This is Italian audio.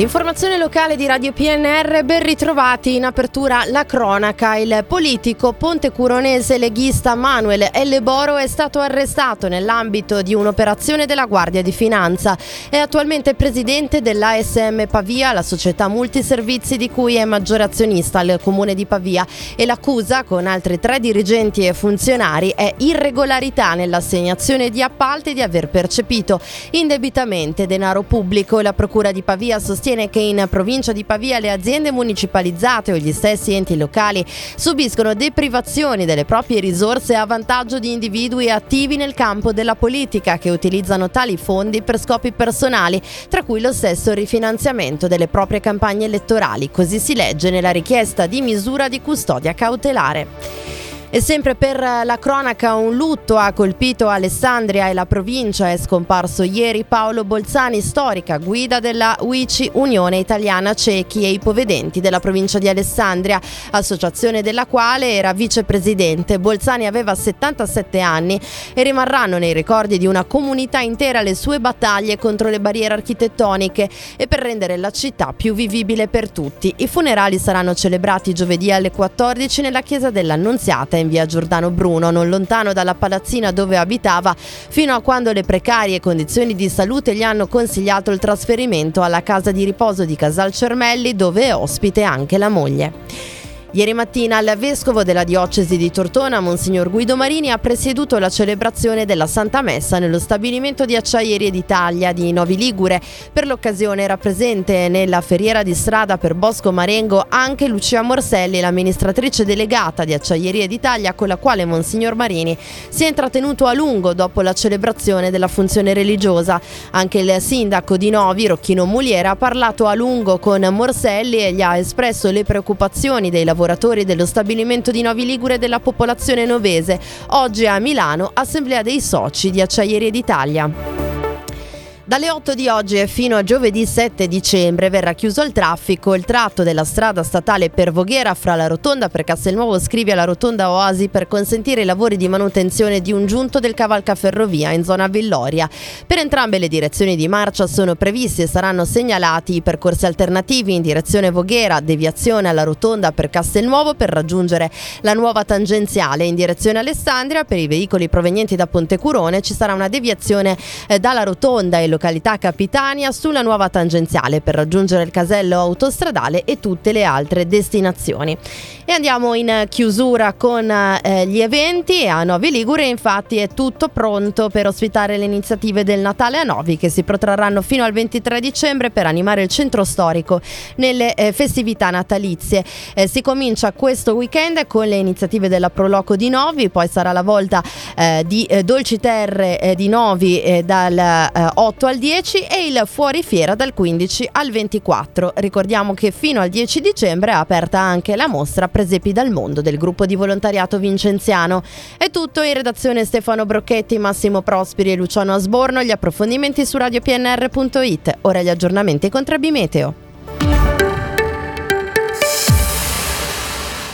Informazione locale di Radio PNR, ben ritrovati. In apertura la cronaca. Il politico pontecuronese leghista Manuel L. Boro è stato arrestato nell'ambito di un'operazione della Guardia di Finanza. È attualmente presidente dell'ASM Pavia, la società multiservizi di cui è maggiore azionista al comune di Pavia, e l'accusa, con altri 3 dirigenti e funzionari, è irregolarità nell'assegnazione di appalti e di aver percepito indebitamente denaro pubblico. La procura di Pavia sostiene che in provincia di Pavia le aziende municipalizzate o gli stessi enti locali subiscono deprivazioni delle proprie risorse a vantaggio di individui attivi nel campo della politica che utilizzano tali fondi per scopi personali, tra cui lo stesso rifinanziamento delle proprie campagne elettorali. Così si legge nella richiesta di misura di custodia cautelare. E sempre per la cronaca, un lutto ha colpito Alessandria e la provincia. È scomparso ieri Paolo Bolzani, storica guida della UICI, Unione Italiana Ciechi e Ipovedenti della provincia di Alessandria, associazione della quale era vicepresidente. Bolzani aveva 77 anni e rimarranno nei ricordi di una comunità intera le sue battaglie contro le barriere architettoniche e per rendere la città più vivibile per tutti. I funerali saranno celebrati giovedì alle 14 nella chiesa dell'Annunziata in via Giordano Bruno, non lontano dalla palazzina dove abitava, fino a quando le precarie condizioni di salute gli hanno consigliato il trasferimento alla casa di riposo di Casal Cermelli, dove è ospite anche la moglie. Ieri mattina il vescovo della diocesi di Tortona, Monsignor Guido Marini, ha presieduto la celebrazione della Santa Messa nello stabilimento di Acciaierie d'Italia di Novi Ligure. Per l'occasione era presente nella ferriera di strada per Bosco Marengo anche Lucia Morselli, l'amministratrice delegata di Acciaierie d'Italia, con la quale Monsignor Marini si è intrattenuto a lungo dopo la celebrazione della funzione religiosa. Anche il sindaco di Novi, Rocchino Muliera, ha parlato a lungo con Morselli e gli ha espresso le preoccupazioni dei lavoratori dello stabilimento di Novi Ligure e della popolazione novese. Oggi a Milano, assemblea dei soci di Acciaierie d'Italia. Dalle 8 di oggi e fino a giovedì 7 dicembre verrà chiuso al traffico il tratto della strada statale per Voghera fra la rotonda per Castelnuovo Scrivia e la rotonda Oasi per consentire i lavori di manutenzione di un giunto del cavalcaferrovia in zona Villoria. Per entrambe le direzioni di marcia sono previsti e saranno segnalati i percorsi alternativi in direzione Voghera, deviazione alla rotonda per Castelnuovo per raggiungere la nuova tangenziale. In direzione Alessandria per i veicoli provenienti da Pontecurone ci sarà una deviazione dalla rotonda e località Capitania sulla nuova tangenziale per raggiungere il casello autostradale e tutte le altre destinazioni. E andiamo in chiusura con gli eventi. A Novi Ligure infatti è tutto pronto per ospitare le iniziative del Natale a Novi, che si protrarranno fino al 23 dicembre per animare il centro storico nelle festività natalizie. Si comincia questo weekend con le iniziative della Proloco di Novi, poi sarà la volta di Dolci Terre di Novi dal 8 al 10 e il fuorifiera dal 15 al 24. Ricordiamo che fino al 10 dicembre è aperta anche la mostra Presepi dal mondo del gruppo di volontariato vincenziano. È tutto. In redazione Stefano Brocchetti, Massimo Prosperi e Luciano Asborno. Gli approfondimenti su radiopnr.it. Ora gli aggiornamenti con Trebi Meteo.